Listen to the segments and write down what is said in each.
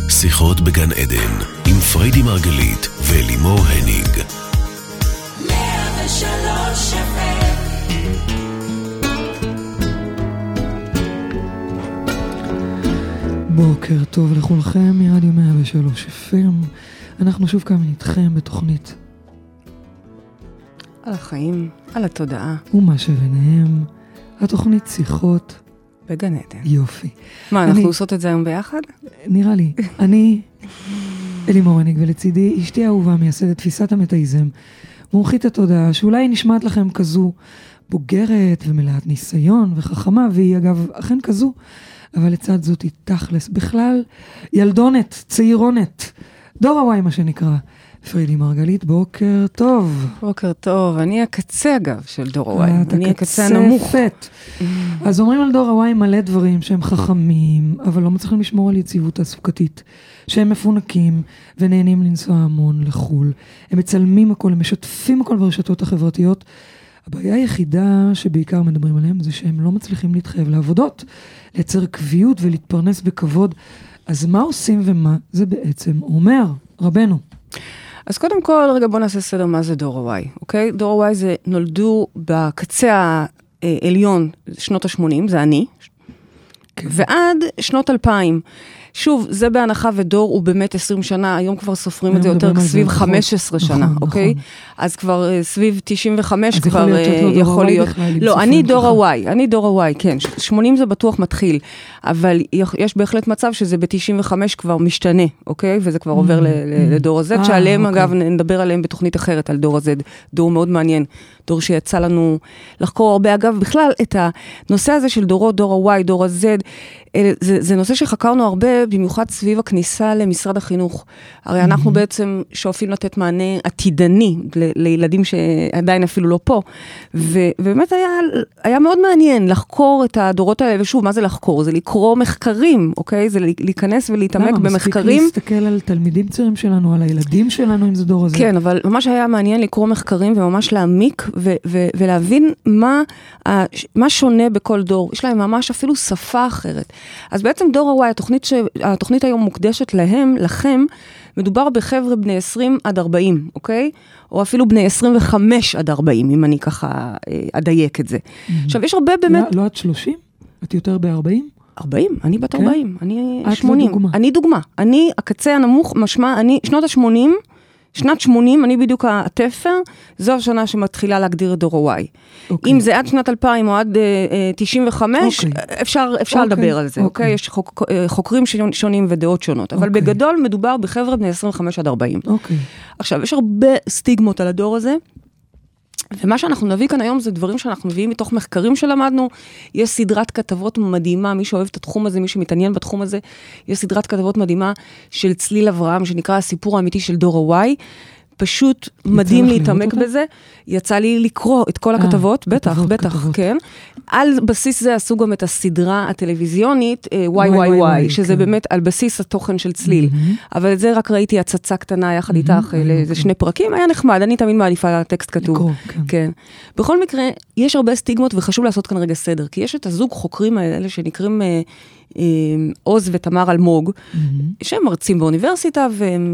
שיחות בגן עדן, עם פריידי מרגלית ולימור הניג. 103 בוקר טוב לכולכם מרדיו 103 FM. אנחנו שוב כאן איתכם בתוכנית על החיים, על התודעה ומה שביניהם, התוכנית שיחות בגן עדן. יופי. מה, אנחנו עושות את זה היום ביחד? נראה לי. אני לימור הניג, ולצידי אשתי האהובה מייסדת תפיסת המטאיזם, מומחית התודעה, שאולי נשמעת לכם כזו בוגרת ומלאת ניסיון וחכמה, והיא אגב אכן כזו, אבל לצד זאת היא תכלס, בכלל ילדונת, צעירונת, דור הוואי מה שנקרא. פריידי מרגלית, בוקר טוב. בוקר טוב, אני הקצה אגב של דור הוואי, אני הקצה הנמוך. אז אומרים על דור הוואי מלא דברים שהם חכמים, אבל לא מצליחים לשמור על יציבות תעסוקתית, שהם מפונקים ונהנים לנסוע המון לחול. הם מצלמים הכל, הם משתפים הכל ברשתות החברתיות. הבעיה היחידה שבעיקר מדברים עליהם זה שהם לא מצליחים להתחייב לעבודות, לייצר קביעות ולהתפרנס בכבוד. אז מה עושים ומה זה בעצם אומר רבנו? אז קודם כל, רגע בוא נעשה סדר מה זה דור הוואי, אוקיי? דור הוואי זה נולדו בקצה העליון שנות ה-80, זה אני, כן. ועד שנות 2000. שוב, זה בהנחה ודור הוא באמת 20 שנה, היום כבר סופרים את זה יותר סביב 15 שנה, אוקיי? אז כבר סביב 95 כבר יכול להיות. לא, אני דור הוואי, כן. 80 זה בטוח מתחיל, אבל יש בהחלט מצב שזה ב-95 כבר משתנה, אוקיי? וזה כבר עובר לדור הזד, שעליהם אגב נדבר עליהם בתוכנית אחרת, על דור הזד, דור מאוד מעניין, דור שיצא לנו לחקור הרבה, אגב, בכלל את הנושא הזה של דורות, דור הוואי, דור הזד, זה נושא שחקרנו הרבה, במיוחד סביב הכניסה למשרד החינוך. הרי אנחנו בעצם שואפים לתת מענה עתידני לילדים שעדיין אפילו לא פה. ובאמת היה מאוד מעניין לחקור את הדורות האלה, ושוב, מה זה לחקור? זה לקרוא מחקרים, אוקיי? זה להיכנס ולהתעמק במחקרים. מספיק להסתכל על תלמידים צעירים שלנו, על הילדים שלנו, אם זה דור הזה. כן, אבל ממש היה מעניין לקרוא מחקרים, וממש להעמיק, ולהבין מה שונה בכל דור. יש להם ממש אפילו שפה אחרת. אז בעצם דור הוואי, התוכנית היום מוקדשת לכם, מדובר בחבר'ה בני 20 עד 40, אוקיי? או אפילו בני 25 עד 40, אם אני ככה אדייק את זה. עכשיו, יש הרבה באמת... לא עד 30? את יותר ב-40? 40, אני בת 40, אני 80. אני דוגמה. אני הקצה הנמוך, משמע, שנות ה-80, שנת 80, אני בדיוק התפר, זו השנה שמתחילה להגדיר את דור הוואי. אם זה עד שנת 2000 או עד 95, אפשר לדבר על זה, אוקיי? יש חוקרים שונים ודעות שונות, אבל בגדול מדובר בחבר'ה בני 25 עד 40. עכשיו, יש הרבה סטיגמות על הדור הזה, ומה שאנחנו נביא כאן היום זה דברים שאנחנו מביאים מתוך מחקרים שלמדנו. יש סדרת כתבות מדהימה, מי שאוהב את התחום הזה, מי שמתעניין בתחום הזה, יש סדרת כתבות מדהימה של צליל אברהם, שנקרא הסיפור האמיתי של דור הוואי. פשוט מדהים להתעמק בזה. יצא לי לקרוא את כל הכתבות, בטח, כן. על בסיס זה עשו גם את הסדרה הטלוויזיונית, וואי, שזה באמת על בסיס התוכן של צליל. אבל את זה רק ראיתי הצצה קטנה יחד איתך, זה 2 פרקים, היה נחמד, אני תמיד מעדיפה טקסט כתוב. כן. בכל מקרה, יש הרבה סטיגמות, וחשוב לעשות כאן רגע סדר, כי יש את הזוג חוקרים האלה שנקראים עוז ותמר אלמוג, שהם מרצים באוניברסיטה, והם...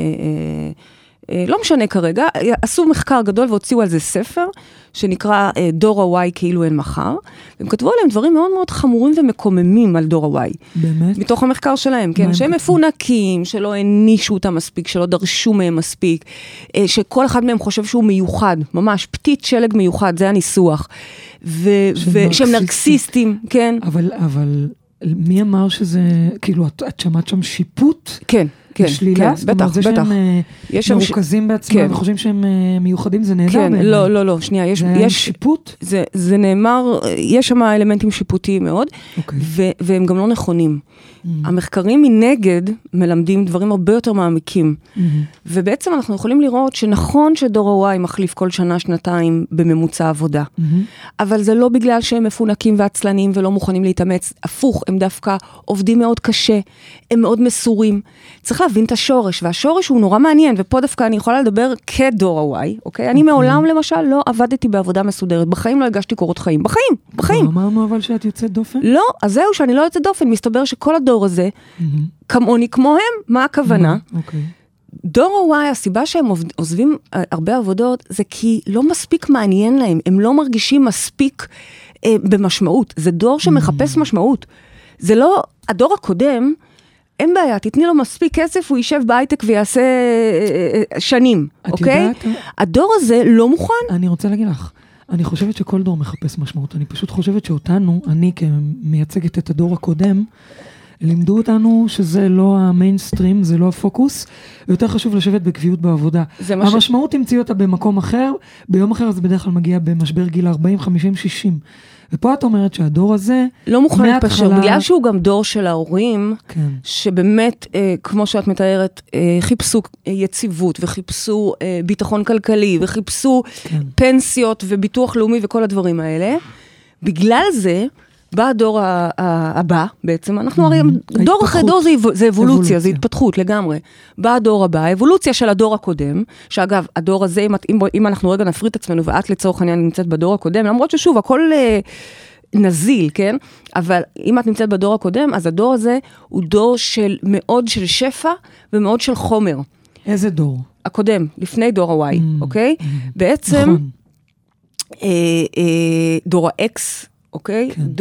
לא משנה כרגע, עשו מחקר גדול והוציאו על זה ספר, שנקרא דור הוואי כאילו אין מחר, והם כתבו עליהם דברים מאוד מאוד חמורים ומקוממים על דור הוואי. באמת? מתוך המחקר שלהם, כן, שהם מפונקים, שלא הנישו אותם מספיק, שלא דרשו מהם מספיק, שכל אחד מהם חושב שהוא מיוחד, ממש פתית שלג מיוחד, זה הניסוח, ושהם נרקסיסטים, כן. אבל מי אמר שזה, כאילו, את שמעת שם שיפוט? כן. שלילה, בטח. זה שהם מרוכזים בעצמם וחושבים שהם מיוחדים, זה נהדר בעיניי. לא, שנייה, יש שיפוט? זה נאמר, יש שם אלמנטים שיפוטיים מאוד, והם גם לא נכונים. המחקרים מנגד מלמדים דברים הרבה יותר מעמיקים, ובעצם אנחנו יכולים לראות שנכון שדור הוואי מחליף כל שנה, שנתיים בממוצע עבודה, אבל זה לא בגלל שהם מפונקים ועצלנים ולא מוכנים להתאמץ, הפוך, הם דווקא עובדים מאוד קשה, הם מאוד מסורים. צריך להבין את השורש, והשורש הוא נורא מעניין, ופה דווקא אני יכולה לדבר כדור ה-Y, אוקיי? אני מעולם למשל לא עבדתי בעבודה מסודרת, בחיים לא הגשתי קורות חיים, בחיים. אמרנו אבל שאת יוצאת דופן? לא, אז זהו שאני לא יוצאת דופן, מסתבר שכל הדור הזה, כמוני כמוהם, מה הכוונה? אוקיי. דור ה-Y, הסיבה שהם עוזבים הרבה עבודות, זה כי לא מספיק מעניין להם, הם לא מרגישים מספיק במשמעות, זה דור שמחפש משמעות. זה לא, הדור הקודם, אין בעיה, תתני לו מספיק כסף, הוא יישב בהייטק ויעשה שנים, אוקיי? הדור הזה לא מוכן. אני רוצה להגיד לך, אני חושבת שכל דור מחפש משמעות, אני פשוט חושבת שאותנו, אני כמייצגת את הדור הקודם, לימדו אותנו שזה לא המיינסטרים, זה לא הפוקוס, ויותר חשוב לשבת בקביעות בעבודה. המשמעות תמציא אותה במקום אחר, ביום אחר זה בדרך כלל מגיע במשבר גיל 40, 50, 60. ופה את אומרת שהדור הזה... לא מוכן להתפשר, בגלל שהוא גם דור של ההורים, כן. שבאמת, כמו שאת מתארת, חיפשו יציבות, וחיפשו ביטחון כלכלי, וחיפשו כן. פנסיות וביטוח לאומי וכל הדברים האלה. בגלל זה... בא הדור הבא, בעצם, אנחנו הרי, דור אחרי דור זה אבולוציה, זה התפתחות לגמרי. בא הדור הבא, האבולוציה של הדור הקודם, שאגב, הדור הזה, אם אנחנו רגע נפריד את עצמנו, ואת לצורך העניין נמצאת בדור הקודם, למרות ששוב, הכל נזיל, כן? אבל אם את נמצאת בדור הקודם, אז הדור הזה הוא דור מאוד של שפע, ומאוד של חומר. איזה דור? הקודם, לפני דור ה-Y, אוקיי? בעצם, דור ה-X, אוקיי? כן.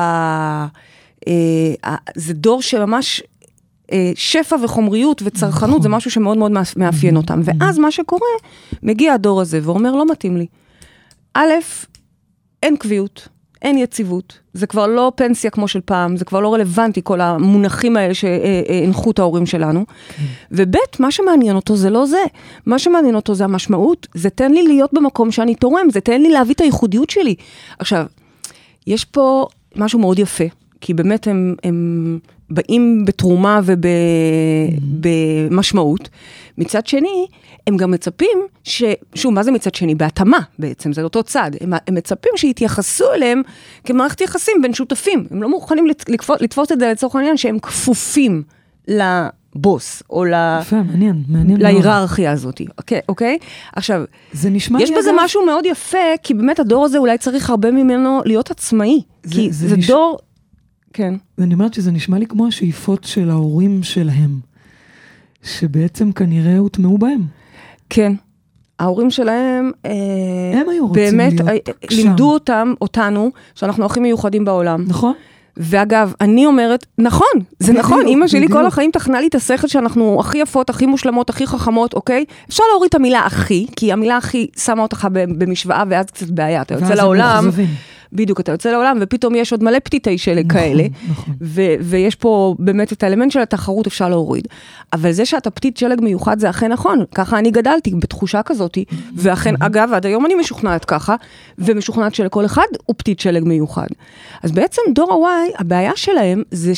זה דור שממש שפע וחומריות וצרכנות, זה משהו שמאוד מאוד מאפיין אותם. ואז מה שקורה, מגיע הדור הזה ואומר, לא מתאים לי. א', אין קביעות, אין יציבות, זה כבר לא פנסיה כמו של פעם, זה כבר לא רלוונטי, כל המונחים האלה שהנחו את ההורים שלנו. וב', מה שמעניין אותו זה לא זה. מה שמעניין אותו זה המשמעות, זה תן לי להיות במקום שאני תורם, זה תן לי להביא את הייחודיות שלי. עכשיו, יש פה משהו מאוד יפה, כי באמת הם באים בתרומה ובמשמעות. מצד שני, הם גם מצפים שוב, מה זה מצד שני? בהתאמה בעצם, זה אותו צד. הם מצפים שיתייחסו אליהם כמערכת יחסים בין שותפים. הם לא מוכנים לתפוס את זה לצורך העניין שהם כפופים לבוס, או להיררכיה הזאת. אוקיי? עכשיו, יש בזה משהו מאוד יפה, כי באמת הדור הזה אולי צריך הרבה ממנו להיות עצמאי. כי זה דור... כן. ואני אומרת שזה נשמע לי כמו השאיפות של ההורים שלהם, שבעצם כנראה הוטמעו בהם. כן. ההורים שלהם, הם היו רוצים באמת להיות לימדו אותנו, שאנחנו הכי מיוחדים בעולם. נכון. ואגב, אני אומרת, נכון, זה נכון, אמא שלי כל החיים תכנה לי את השכל שאנחנו הכי יפות, הכי מושלמות, הכי חכמות, אוקיי? אפשר להוריד את המילה הכי, כי המילה הכי שמה אותך במשוואה, ואז קצת בעיה, אתה יוצא לעולם. בדיוק, אתה יוצא לעולם, ופתאום יש עוד מלא פתיתי של כאלה, ויש פה באמת את האלמנט של התחרות אפשר להוריד. אבל זה שאתה פתית שלג מיוחד זה אכן נכון, ככה אני גדלתי בתחושה כזאת, ואכן, אגב, עד היום אני משוכנעת ככה, ומשוכנעת שלכל אחד הוא פתית שלג מיוחד. אז בעצם דור ה-Y, הבעיה שלהם זה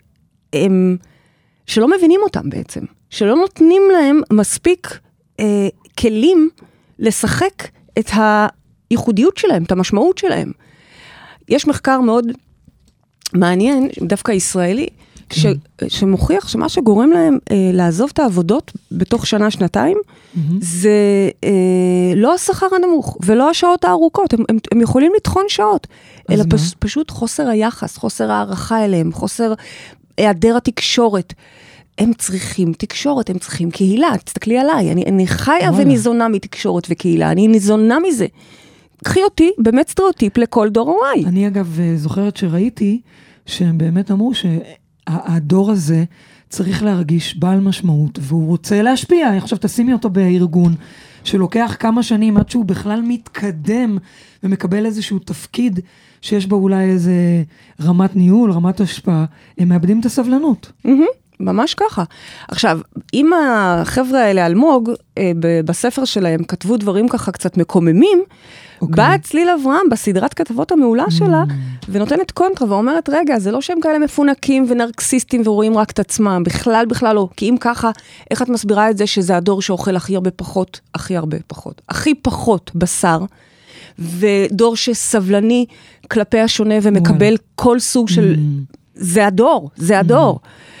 שלא מבינים אותם בעצם, שלא נותנים להם מספיק כלים לשחק את הייחודיות שלהם, את המשמעות שלהם. יש מחקר מאוד מעניין, דווקא ישראלי, שמוכיח שמה שגורם להם לעזוב את העבודות בתוך שנה, שנתיים, זה לא השכר הנמוך, ולא השעות הארוכות, הם יכולים לתחון שעות, אלא פשוט חוסר היחס, חוסר הערכה אליהם, חוסר היעדר התקשורת. הם צריכים תקשורת, הם צריכים קהילה, תסתכלי עליי, אני חיה וניזונה מתקשורת וקהילה, אני ניזונה מזה. קחי אותי, באמת סטריאוטיפ לכל דור ה-Y. אני אגב זוכרת שראיתי, שהם באמת אמרו שהדור הזה צריך להרגיש בעל משמעות, והוא רוצה להשפיע. עכשיו תשימי אותו בארגון, שלוקח כמה שנים עד שהוא בכלל מתקדם, ומקבל איזשהו תפקיד, שיש בו אולי איזה רמת ניהול, רמת השפעה, הם מאבדים את הסבלנות. ממש ככה. עכשיו, אם החבר'ה האלה אלמוג, בספר שלהם כתבו דברים ככה קצת מקוממים, באה צליל אברהם בסדרת כתבות המעולה שלה, ונותנת קונטרה ואומרת, רגע, זה לא שהם כאלה מפונקים ונרקסיסטים ורואים רק את עצמם, בכלל לא. כי אם ככה, איך את מסבירה את זה שזה הדור שאוכל הכי הרבה פחות, הכי פחות בשר, ודור שסבלני כלפי השונה ומקבל כל סוג של... זה הדור.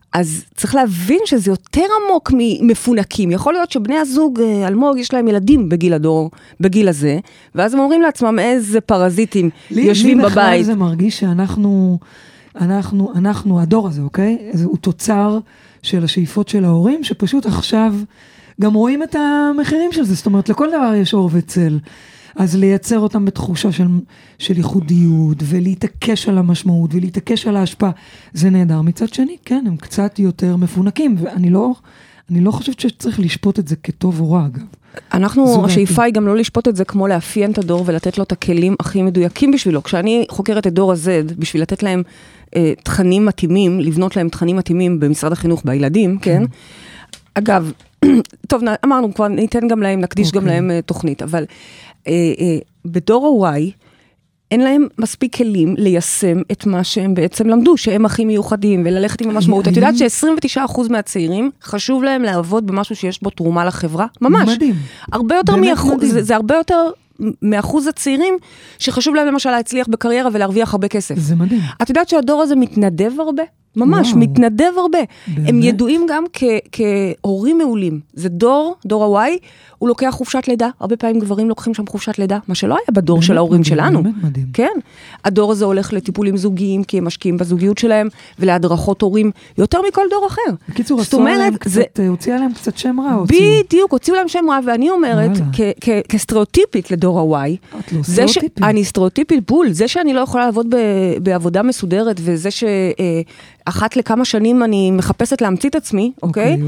אז צריך להבין שזה יותר עמוק ממפונקים. יכול להיות שבני הזוג, אלמוג, יש להם ילדים בגיל הזה, ואז הם אומרים לעצמם איזה פרזיטים יושבים בבית. לי בכלל זה מרגיש שאנחנו, הדור הזה, אוקיי? הוא תוצר של השאיפות של ההורים, שפשוט עכשיו גם רואים את המחירים של זה. זאת אומרת, לכל דבר יש אור וצל. אז לייצר אותם בתחושה של ייחודיות, ולהתעקש על המשמעות, ולהתעקש על ההשפעה, זה נהדר. מצד שני, כן, הם קצת יותר מפונקים, ואני לא חושבת שצריך לשפוט את זה כטוב או רע, אגב. השאיפה היא גם לא לשפוט את זה כמו לאפיין את הדור, ולתת לו את הכלים הכי מדויקים בשבילו. כשאני חוקרת את דור ה-Z, בשביל לתת להם תכנים מתאימים, לבנות להם תכנים מתאימים במשרד החינוך, בילדים, כן? אגב, טוב, אמרנו, כבר ניתן גם להם, נקדיש גם להם תוכנית, אבל בדור ה-Y, אין להם מספיק כלים ליישם את מה שהם בעצם למדו, שהם הכי מיוחדים, וללכת עם המשמעות. את יודעת ש29% מהצעירים חשוב להם לעבוד במשהו שיש בו תרומה לחברה? ממש. מדהים. הרבה יותר זה הרבה יותר מאחוז הצעירים, שחשוב להם למשל להצליח בקריירה ולהרוויח הרבה כסף. זה מדהים. את יודעת שהדור הזה מתנדב הרבה? ממש, מתנדב הרבה. הם ידועים גם כהורים מעולים. זה דור ה-Y, הוא לוקח חופשת לידה. הרבה פעמים גברים לוקחים שם חופשת לידה, מה שלא היה בדור של ההורים שלנו. באמת מדהים. כן. הדור הזה הולך לטיפולים זוגיים, כי הם משקיעים בזוגיות שלהם, ולהדרכות הורים, יותר מכל דור אחר. בקיצור, הוציאה להם קצת שם רע. בדיוק, הוציאו להם שם רע, ואני אומרת, כסטריאוטיפית לדור ה-Y, אני סטריאוטיפית בול, זה שאני לא יכולה לעבוד בעבודה מסודרת, וזה אחת לכמה שנים אני מחפשת להמציא את עצמי, אוקיי?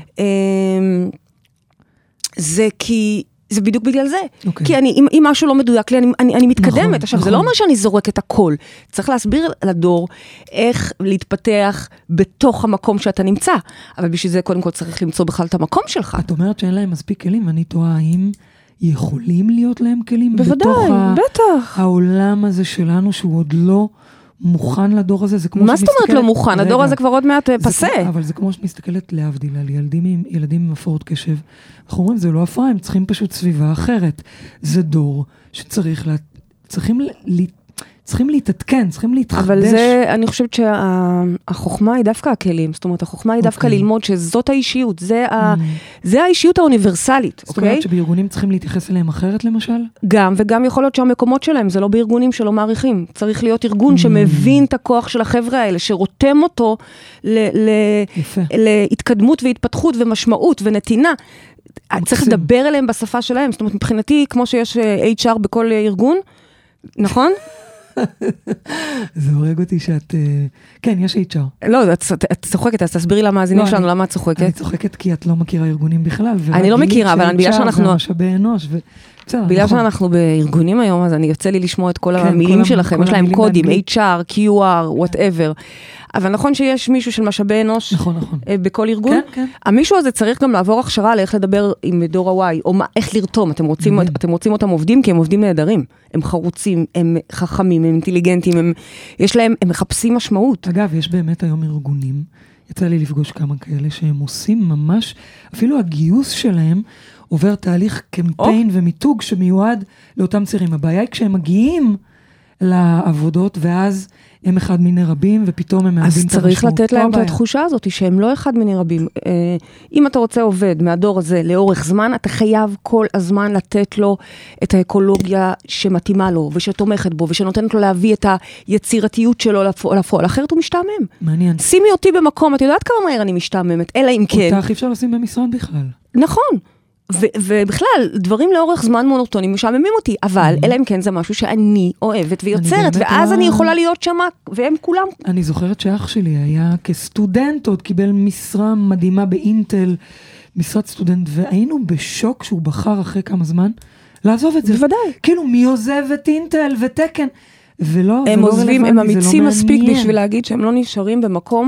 זה בדיוק בגלל זה. כי אם משהו לא מדויק לי, אני מתקדמת. עכשיו, זה לא אומר שאני זורק את הכל. צריך להסביר לדור איך להתפתח בתוך המקום שאתה נמצא. אבל בשביל זה, קודם כל, צריך למצוא בכלל את המקום שלך. את אומרת שאין להם מספיק כלים, ואני תוהה האם יכולים להיות להם כלים? בוודאי, בטח. העולם הזה שלנו, שהוא עוד לא מוכן לדור הזה, זה כמו מה זאת אומרת לא מוכן? הדור הזה כבר עוד מעט פסה. אבל זה כמו שמסתכלת להבדיל על ילדים עם הפרעות קשב. אנחנו אומרים, זה לא הפרעה, הם צריכים פשוט סביבה אחרת. זה דור צריכים להתעדכן, צריכים להתחדש. אבל זה, אני חושבת שהחוכמה היא דווקא הכלים. זאת אומרת, החוכמה היא דווקא ללמוד שזאת האישיות, זה האישיות האוניברסלית. זאת אומרת שבארגונים צריכים להתייחס אליהם אחרת למשל? גם, וגם יכול להיות שהמקומות שלהם, זה לא בארגונים שלא מעריכים. צריך להיות ארגון שמבין את הכוח של החבר'ה האלה, שרותם אותו להתקדמות והתפתחות ומשמעות ונתינה. צריך לדבר אליהם בשפה שלהם. זאת אומרת, מבחינתי, כמו שיש HR בכל ארגון, נכון? זה הורג אותי שאת... כן, יש HR. לא, את צוחקת, אז תסבירי למאזינים שלנו למה את צוחקת. אני צוחקת כי את לא מכירה ארגונים בכלל. אני לא מכירה, אבל בגלל שאנחנו... משאבי אנוש בגלל שאנחנו בארגונים היום, אז אני יוצא לי לשמוע את כל המילים שלכם, יש להם קודים, HR, QR, whatever. אבל נכון שיש מישהו של משאבי אנוש בכל ארגון. המישהו הזה צריך גם לעבור הכשרה על איך לדבר עם דור ה-Y, או איך לרתום. אתם רוצים אותם עובדים, כי הם עובדים נהדרים. הם חרוצים, הם חכמים, הם אינטליגנטים, הם מחפשים משמעות. אגב, יש באמת היום ארגונים, יצא לי לפגוש כמה כאלה, שהם עושים ממש, אפילו הגיוס שלהם, עובר תהליך קמפיין ומיתוג שמיועד לאותם צעירים. הבעיה היא כשהם מגיעים לעבודות, ואז הם אחד מיני רבים, ופתאום הם מאבדים את המשמעות. אז צריך לתת להם את התחושה הזאת, שהם לא אחד מיני רבים. אם אתה רוצה עובד מהדור הזה לאורך זמן, אתה חייב כל הזמן לתת לו את האקולוגיה שמתאימה לו, ושתומכת בו, ושנותנת לו להביא את היצירתיות שלו לפועל. אחרת הוא משתעמם. מעניין. שימי אותי במקום, את יודעת כמה מהר אני משתעממת, אלא אם כן. אותך אפשר לשים במשרד בכלל. נכון. ובכלל, דברים לאורך זמן מונוטונים משעממים אותי, אבל אלא אם כן זה משהו שאני אוהבת ויוצרת, ואז אני יכולה להיות שמה, והם כולם. אני זוכרת שאח שלי היה כסטודנט, עוד קיבל משרה מדהימה באינטל, משרת סטודנט, והיינו בשוק שהוא בחר אחרי כמה זמן, לעזוב את זה. בוודאי. כאילו, מי עוזב את אינטל ותקן? ולא, הם עוזבים, הם אמיצים מספיק בשביל להגיד שהם לא נשארים במקום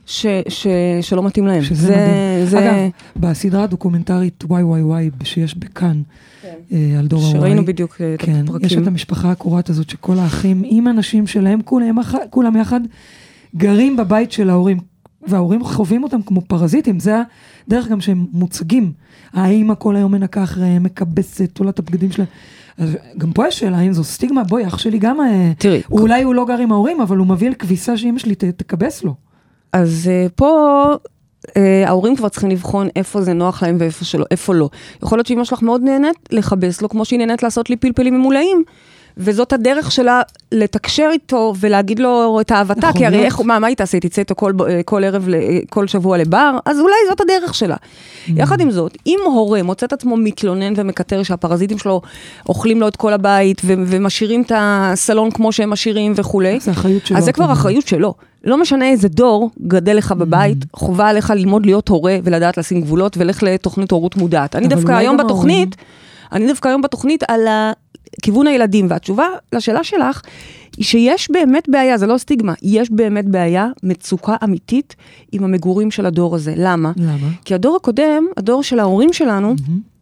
שלא מתאים להם. זה אגב, בסדרה הדוקומנטרית YYY שיש בכאן, על דור ה-Y. שראינו בדיוק את הפרקים. יש את המשפחה הקוראת הזאת שכל האחים עם אנשים שלהם, כולם יחד גרים בבית של ההורים, וההורים חווים אותם כמו פרזיטים. זה הדרך גם שהם מוצגים. האמא כל היום מנקה אחריהם, מקבסת, עולת הבגדים שלהם. גם פה יש שאלה, האם זו סטיגמה? בואי, אח שלי גם, אולי הוא לא גר עם ההורים, אבל הוא מביא לכביסה שאמא שלי תקבס לו. אז פה ההורים כבר צריכים לבחון איפה זה נוח להם ואיפה לא. יכול להיות שאמא שלך מאוד נהנית לחבס לו, כמו שהיא נהנית לעשות לי פלפלים ממולאים, וזאת הדרך שלה לתקשר איתו ולהגיד לו את אהבתה, כי הרי מה היא תעשה? תצא איתו כל ערב, כל שבוע לבר, אז אולי זאת הדרך שלה. יחד עם זאת, אם הורה מוצא את עצמו מתלונן ומקטר שהפרזיטים שלו אוכלים לו את כל הבית ומשאירים את הסלון כמו שהם משאירים וכולי, אז זה כבר אחריות שלו. לא משנה איזה דור גדל לך בבית, חובה עליך ללמוד להיות הורה ולדעת לשים גבולות ולך לתוכנית הורות מודעת. אני דווקא היום בתוכנית על כיוון הילדים, והתשובה לשאלה שלך היא שיש באמת בעיה, זה לא סטיגמה, יש באמת בעיה, מצוקה אמיתית עם המגורים של הדור הזה. למה? כי הדור הקודם, הדור של ההורים שלנו,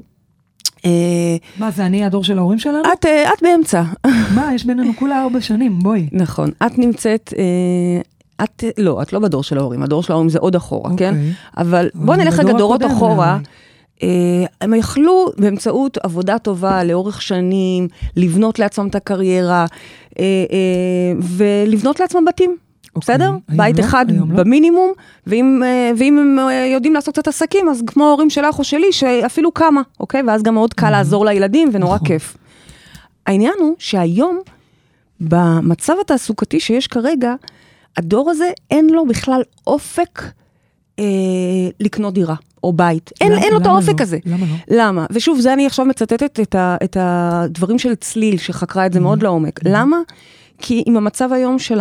מה זה, אני הדור של ההורים שלנו? את באמצע. מה, יש בינינו כולה 4 שנים, בואי. נכון, את נמצאת, לא, את לא בדור של ההורים, הדור של ההורים זה עוד אחורה, כן? אבל בוא נלך רגע דורות אחורה, הם יכלו באמצעות עבודה טובה לאורך שנים, לבנות לעצמם את הקריירה, ולבנות לעצמם בתים, בסדר? בית אחד במינימום, ואם הם יודעים לעשות קצת עסקים, אז כמו ההורים שלך או שלי, שאפילו כמה, אוקיי? ואז גם מאוד קל לעזור לילדים, ונורא כיף. העניין הוא שהיום, במצב התעסוקתי שיש כרגע, הדור הזה אין לו בכלל אופק לקנות דירה. או בית. אין לו את האופק הזה. למה לא? למה? ושוב, זה אני עכשיו מצטטת את הדברים של צליל, שחקרה את זה מאוד לעומק. למה? כי עם המצב היום של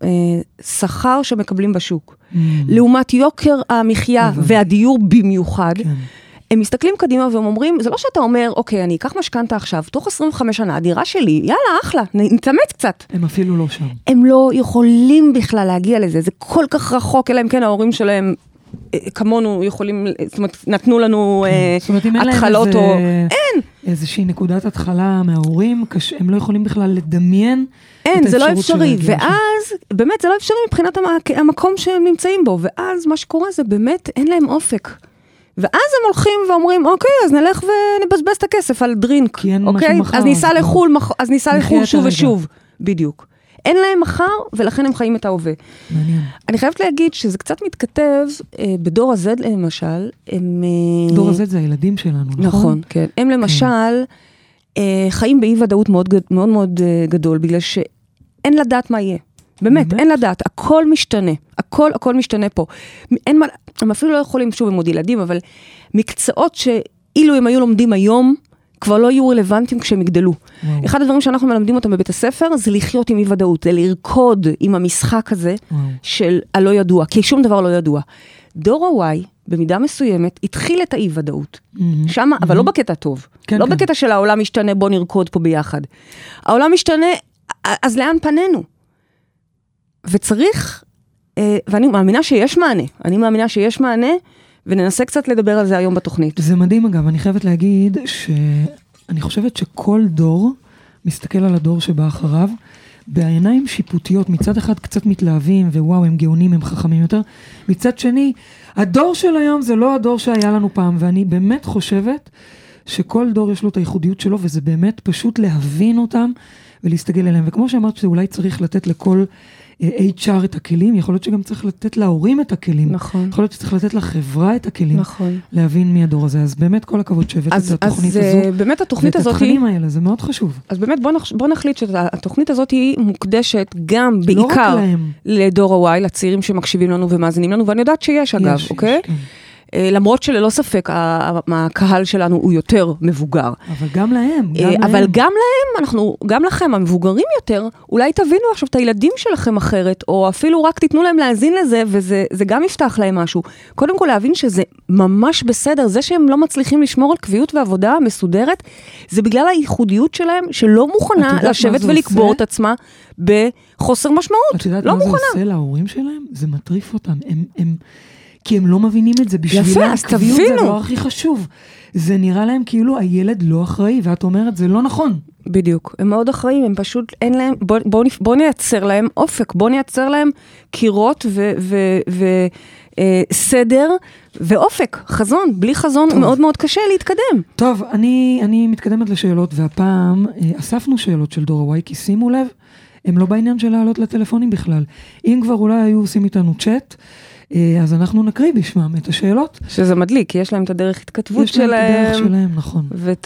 השכר שמקבלים בשוק, לעומת יוקר המחיה והדיור במיוחד, הם מסתכלים קדימה והם אומרים, זה לא שאתה אומר, אוקיי, אני אקח משכנתה עכשיו, תוך 25 שנה, הדירה שלי, יאללה, אחלה, נתאמץ קצת. הם אפילו לא שם. הם לא יכולים בכלל להגיע לזה, זה כל כך רחוק, אלא אם כן ההורים שלהם כמונו יכולים, זאת אומרת, נתנו לנו התחלות או... אין! איזושהי נקודת התחלה מההורים, הם לא יכולים בכלל לדמיין אין, זה לא אפשרי, ואז, באמת זה לא אפשרי מבחינת המקום שהם נמצאים בו, ואז מה שקורה זה באמת אין להם אופק. ואז הם הולכים ואומרים, אוקיי, אז נלך ונבזבז את הכסף על דרינק, אוקיי? אז ניסע לחול שוב ושוב, בדיוק. אין להם מחר, ולכן הם חיים את ההווה. מעניין. אני חייבת להגיד שזה קצת מתכתב, בדור הזד למשל, הם... דור הזד זה הילדים שלנו, נכון? נכון, כן. הם למשל, חיים באי ודאות מאוד מאוד גדול, בגלל שאין לדעת מה יהיה. באמת, אין לדעת. הכל משתנה. הכל משתנה פה. הם אפילו לא יכולים, שוב, הם עוד ילדים, אבל מקצועות שאילו הם היו לומדים היום, כבר לא יהיו רלוונטיים כשהם יגדלו. אחד הדברים שאנחנו מלמדים אותם בבית הספר, זה לחיות עם אי ודאות, זה לרקוד עם המשחק הזה של הלא ידוע, כי שום דבר לא ידוע. דור ה-Y, במידה מסוימת, התחיל את האי ודאות. שמה, אבל לא בקטע טוב. לא בקטע של העולם משתנה, בוא נרקוד פה ביחד. העולם משתנה, אז לאן פנינו? וצריך, ואני מאמינה שיש מענה, וננסה קצת לדבר על זה היום בתוכנית. זה מדהים אגב, אני חייבת להגיד שאני חושבת שכל דור מסתכל על הדור שבא אחריו, בעיניים שיפוטיות, מצד אחד קצת מתלהבים, ווואו, הם גאונים, הם חכמים יותר, מצד שני, הדור של היום זה לא הדור שהיה לנו פעם, ואני באמת חושבת שכל דור יש לו את הייחודיות שלו, וזה באמת פשוט להבין אותם, ולהסתגל אליהם, וכמו שאמרת שאולי צריך לתת לכל HR את הכלים, יכול להיות שגם צריך לתת להורים את הכלים. נכון. יכול להיות שצריך לתת לחברה את הכלים. נכון. להבין מי הדור הזה. אז באמת כל הכבוד שהבאת את התוכנית הזו. אז באמת התוכנית הזאת... ואת התכנים האלה, זה מאוד חשוב. אז באמת בוא נחליט שהתוכנית הזאת היא מוקדשת גם בעיקר לדור ה-Y, לצעירים שמקשיבים לנו ומאזינים לנו, ואני יודעת שיש אגב, אוקיי? למרות שללא ספק, הקהל שלנו הוא יותר מבוגר. אבל גם להם. אבל גם להם, גם לכם, המבוגרים יותר, אולי תבינו עכשיו את הילדים שלכם אחרת, או אפילו רק תיתנו להם להאזין לזה, וזה גם יפתח להם משהו. קודם כל להבין שזה ממש בסדר, זה שהם לא מצליחים לשמור על קביעות ועבודה מסודרת, זה בגלל הייחודיות שלהם, שלא מוכנה לשבת ולקבור את עצמה בחוסר משמעות. את יודעת מה זה עושה להורים שלהם? זה מטריף אותם. כי הם לא מבינים את זה, בשבילם קביעות זה לא הכי חשוב. זה נראה להם כאילו הילד לא אחראי, ואת אומרת, זה לא נכון. בדיוק, הם מאוד אחראים, הם פשוט אין להם, בוא נייצר להם אופק, בוא נייצר להם קירות וסדר ואופק, חזון, בלי חזון מאוד מאוד קשה להתקדם. טוב, אני מתקדמת לשאלות, והפעם אספנו שאלות של דור ה-Y, כי שימו לב, הם לא בעניין של לעלות לטלפונים בכלל. אם כבר אולי היו עושים איתנו צ'אט, אז אנחנו נקריא בשמם את השאלות. שזה מדליק, כי יש להם את הדרך התכתבות שלהם. יש להם את הדרך שלהם, נכון. ואת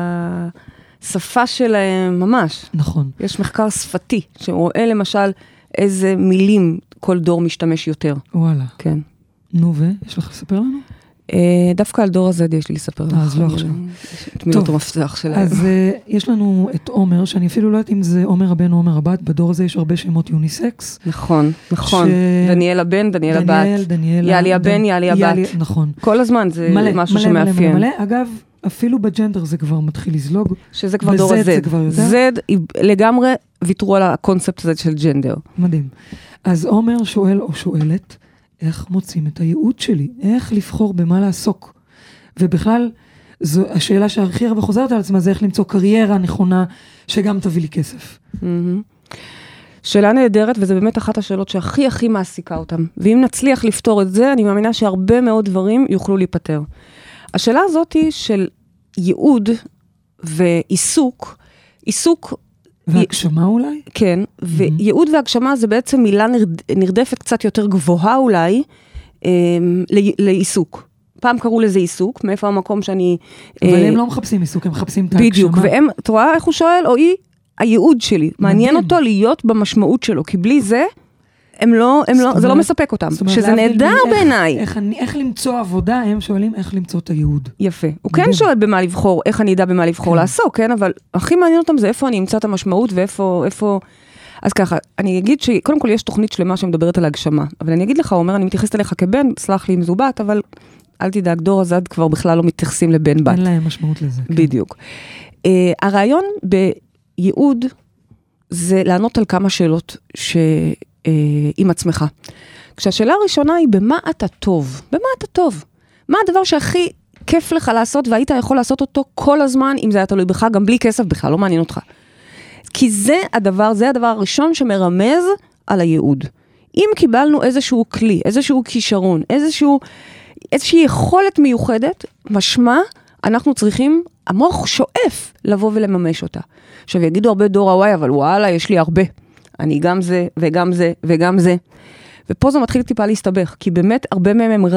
השפה שלהם ממש. נכון. יש מחקר שפתי, שרואה למשל איזה מילים כל דור משתמש יותר. וואלה. כן. נו, יש לך לספר לנו? דווקא על דור הזד יש לי לספר לך. אז לא עכשיו. את מילות המפתח שלהם. אז יש לנו את עומר, שאני אפילו לא יודעת אם זה עומר הבן או עומר הבת, בדור הזה יש הרבה שמות יוניסקס. נכון, נכון. דניאל הבן, דניאל הבת. יאלי הבן, יאלי הבת. נכון. כל הזמן זה משהו שמאפיין. מלא. אגב, אפילו בג'נדר זה כבר מתחיל לזלוג. שזה כבר דור הזד. זד לגמרי ויתרו על הקונספט הזה של ג'נדר. מדהים. אז עומר שואל או שואלת, איך מוצאים את הייעוד שלי? איך לבחור במה לעסוק? ובכלל, זו השאלה שהכי הרבה חוזרת על עצמה, זה איך למצוא קריירה נכונה, שגם תביא לי כסף. שאלה נהדרת, וזה באמת אחת השאלות שהכי מעסיקה אותם. ואם נצליח לפתור את זה, אני מאמינה שהרבה מאוד דברים יוכלו להיפטר. השאלה הזאת היא של ייעוד ועיסוק, והגשמה אולי? כן, וייעוד והגשמה זה בעצם מילה נרדפת קצת יותר גבוהה אולי, לעיסוק. פעם קראו לזה עיסוק, מאיפה המקום שאני... אבל הם לא מחפשים עיסוק, הם מחפשים את ההגשמה. בדיוק, והם, אתה רואה איך הוא שואל, או היא, הייעוד שלי. מעניין אותו להיות במשמעות שלו, כי בלי זה, זה לא מספק אותם, שזה נהדר בעיניי. איך למצוא עבודה, הם שואלים איך למצוא את הייעוד. יפה. הוא כן שואל במה לבחור, איך אני אדע במה לבחור לעסוק, כן? אבל הכי מעניין אותם זה איפה אני אמצא את המשמעות ואיפה... אז ככה, אני אגיד שקודם כל יש תוכנית שלמה שמדברת על הגשמה, אבל אני אגיד לך, אומר, אני מתייחסת אליך כבן, סלח לי אם זו בת, אבל אל תדאג, דור הזד כבר בכלל לא מתייחסים לבן בת. אין להם משמעות לזה. בדיוק. הרעיון בייעוד זה לענות על כמה שאלות עם עצמך. כשהשאלה הראשונה היא, במה אתה טוב? במה אתה טוב? מה הדבר שהכי כיף לך לעשות, והיית יכול לעשות אותו כל הזמן, אם זה היה תלוי בך, גם בלי כסף בכלל, לא מעניין אותך. כי זה הדבר הראשון שמרמז על הייעוד. אם קיבלנו איזשהו כלי, איזשהו כישרון, איזושהי יכולת מיוחדת, משמע, אנחנו צריכים, המוח שואף לבוא ולממש אותה. עכשיו, יגידו הרבה דור הוואי, אבל וואלה, יש לי הרבה. אני גם זה, וגם זה, וגם זה. ופה זה מתחיל טיפה להסתבך, כי באמת הרבה מהם הם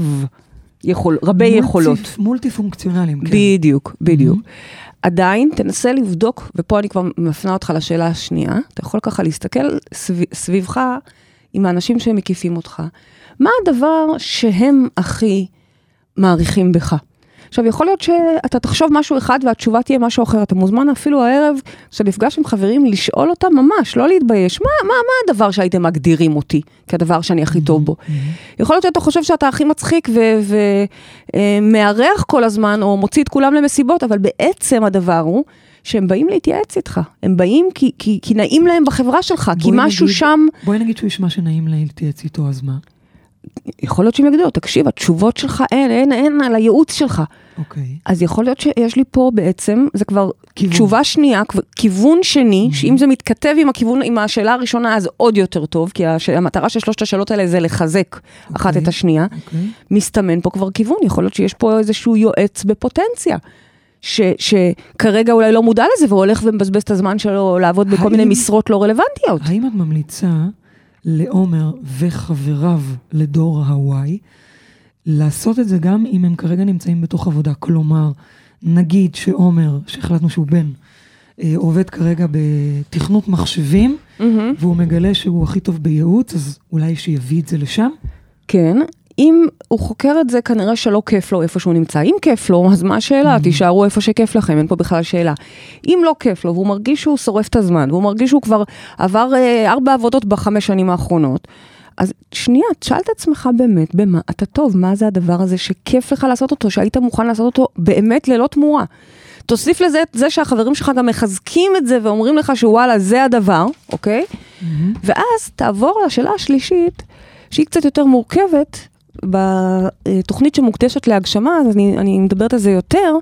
רבי יכולות. מולטי פונקציונליים, כן. בדיוק. עדיין, תנסה לבדוק, ופה אני כבר מפנה אותך לשאלה השנייה, אתה יכול ככה להסתכל סביבך עם האנשים שהם מקיפים אותך. מה הדבר שהם הכי מעריכים בך? עכשיו, יכול להיות שאתה תחשוב משהו אחד והתשובה תהיה משהו אחר. אתה מוזמן אפילו הערב שנפגש עם חברים לשאול אותם ממש, לא להתבייש. מה הדבר שהייתם מגדירים אותי כדבר שאני הכי טוב בו? יכול להיות שאתה חושב שאתה הכי מצחיק ומארח כל הזמן, או מוציא את כולם למסיבות, אבל בעצם הדבר הוא שהם באים להתייעץ איתך. הם באים כי נעים להם בחברה שלך, כי משהו שם... בואי נגיד שהוא ישמע שנעים להתייעץ איתו, אז מה? יכול להיות שהם יגידו, תקשיב, התשובות שלך אין על הייעוץ שלך. אוקיי. אז יכול להיות שיש לי פה בעצם, זה כבר תשובה שנייה, כיוון שני, שאם זה מתכתב עם השאלה הראשונה, אז עוד יותר טוב, כי המטרה של שלושת השאלות האלה זה לחזק אחת את השנייה. מסתמן פה כבר כיוון, יכול להיות שיש פה איזשהו יועץ בפוטנציה, שכרגע אולי לא מודע לזה, והוא הולך ומבזבז את הזמן שלו לעבוד בכל מיני משרות לא רלוונטיות. האם את ממליצה לעומר וחבריו לדור הוואי, לעשות את זה גם אם הם כרגע נמצאים בתוך עבודה? כלומר, נגיד שעומר, שהחלטנו שהוא בן, עובד כרגע בתכנות מחשבים, והוא מגלה שהוא הכי טוב בייעוץ, אז אולי שיביא את זה לשם? כן. אם הוא חוקר את זה, כנראה שלא כיף לו איפה שהוא נמצא. אם כיף לו, אז מה השאלה? תישארו איפה שכיף לכם, אין פה בכלל שאלה. אם לא כיף לו, והוא מרגיש שהוא שורף את הזמן, והוא מרגיש שהוא כבר עבר 4 עבודות ב5 שנים האחרונות, אז שנייה, תשאל את עצמך באמת, במה אתה טוב? מה זה הדבר הזה שכיף לך לעשות אותו, שהיית מוכן לעשות אותו באמת ללא תמורה? תוסיף לזה את זה שהחברים שלך גם מחזקים את זה, ואומרים לך שוואלה, זה הדבר, אוקיי? ואז תעבור לשאלה השלישית, שהיא קצת יותר מורכבת, בתוכנית שמוקדשת להגשמה, אז אני מדברת על זה יותר,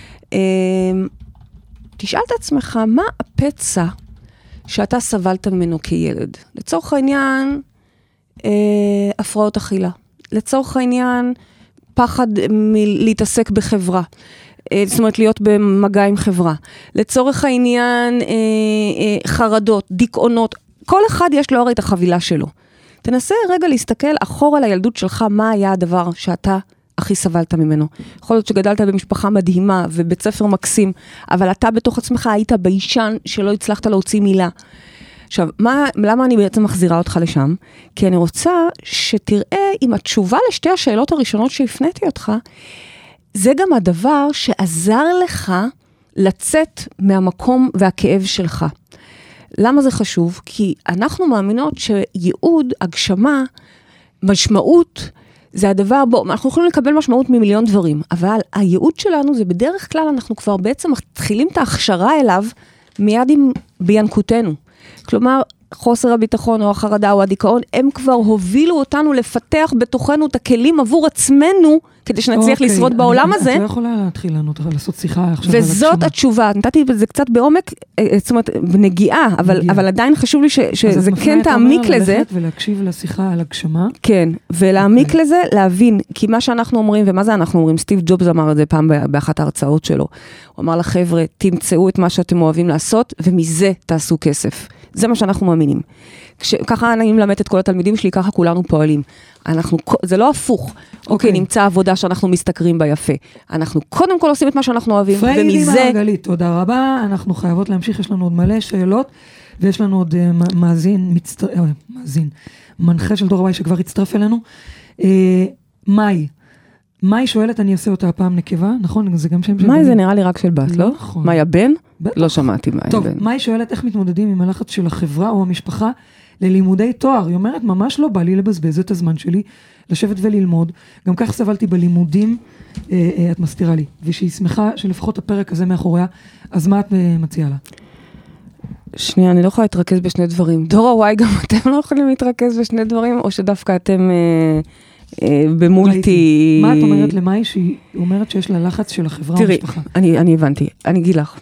תשאל את עצמך, מה הפצע שאתה סבלת ממנו כילד? לצורך העניין, הפרעות אכילה. לצורך העניין, פחד להתעסק בחברה. זאת אומרת, להיות במגע עם חברה. לצורך העניין, חרדות, דיכאונות. כל אחד יש לו הרי את החבילה שלו. תנסה רגע להסתכל אחורה לילדות שלך, מה היה הדבר שאתה הכי סבלת ממנו. יכול להיות שגדלת במשפחה מדהימה ובית ספר מקסים, אבל אתה בתוך עצמך היית ביישן שלא הצלחת להוציא מילה. עכשיו, למה אני בעצם מחזירה אותך לשם? כי אני רוצה שתראה אם התשובה לשתי השאלות הראשונות שהפניתי אותך, זה גם הדבר שעזר לך לצאת מהמקום והכאב שלך. למה זה חשוב? כי אנחנו מאמינות שייעוד, הגשמה, משמעות, זה הדבר בו, אנחנו יכולים לקבל משמעות ממיליון דברים, אבל הייעוד שלנו זה בדרך כלל, אנחנו כבר בעצם מתחילים את ההכשרה אליו, מיד בינקותנו. כלומר, חוסר הביטחון או החרדה או הדיכאון, הם כבר הובילו אותנו לפתח בתוכנו את הכלים עבור עצמנו, כדי שנצליח לשרוד בעולם הזה. את לא יכולה להתחיל לנו, לעשות שיחה עכשיו. וזאת התשובה, נתתי בזה קצת בעומק, זאת אומרת, בנגיעה, אבל עדיין חשוב לי שזה כן תעמיק לזה. אז את מפנה ללכת ולהקשיב לשיחה על הגשמה. כן, ולהעמיק לזה, להבין, כי מה שאנחנו אומרים, ומה זה אנחנו אומרים, סטיב ג'ובס אמר את זה פעם באחת ההרצאות שלו. הוא אמר לחבר'ה, תמצאו את מה שאתם אוהבים לעשות, ומזה תעשו כסף. זה מה שאנחנו מאמינים. ככה אני מלמדת את כל התלמידים שלי, ככה כולנו פועלים. זה לא הפוך. אוקיי, נמצא עבודה שאנחנו מסתכרים בה יפה. אנחנו קודם כל עושים את מה שאנחנו אוהבים, ומזה... פריידי מרגלית, תודה רבה. אנחנו חייבות להמשיך, יש לנו עוד מלא שאלות, ויש לנו עוד מנחה של דור Y שכבר הצטרף אלינו. מאי שואלת, אני אעשה אותה הפעם נקבה, נכון? זה גם שם של... מאי זה נראה לי רק של בת, לא? נכון. מאי הבן? לא שמעתי מאי הבן. טוב, מאי שואלת איך מתמודדים עם הלחץ של החברה או המשפחה ללימודי תואר. היא אומרת, ממש לא בא לי לבזבז את הזמן שלי, לשבת וללמוד. גם כך סבלתי בלימודים, את מסתירה לי. ושהיא שמחה שלפחות הפרק הזה מאחוריה, אז מה את מציעה לה? שנייה, אני לא יכולה להתרכז בשני דברים. דור ה-Y גם אתם לא יכולים להתרכז בשני דברים, או שדווקא אתם... במולטי... מה את אומרת למאי שהיא אומרת שיש לה לחץ של החברה המשפחה? תראי, אני הבנתי, אני אגיד לך.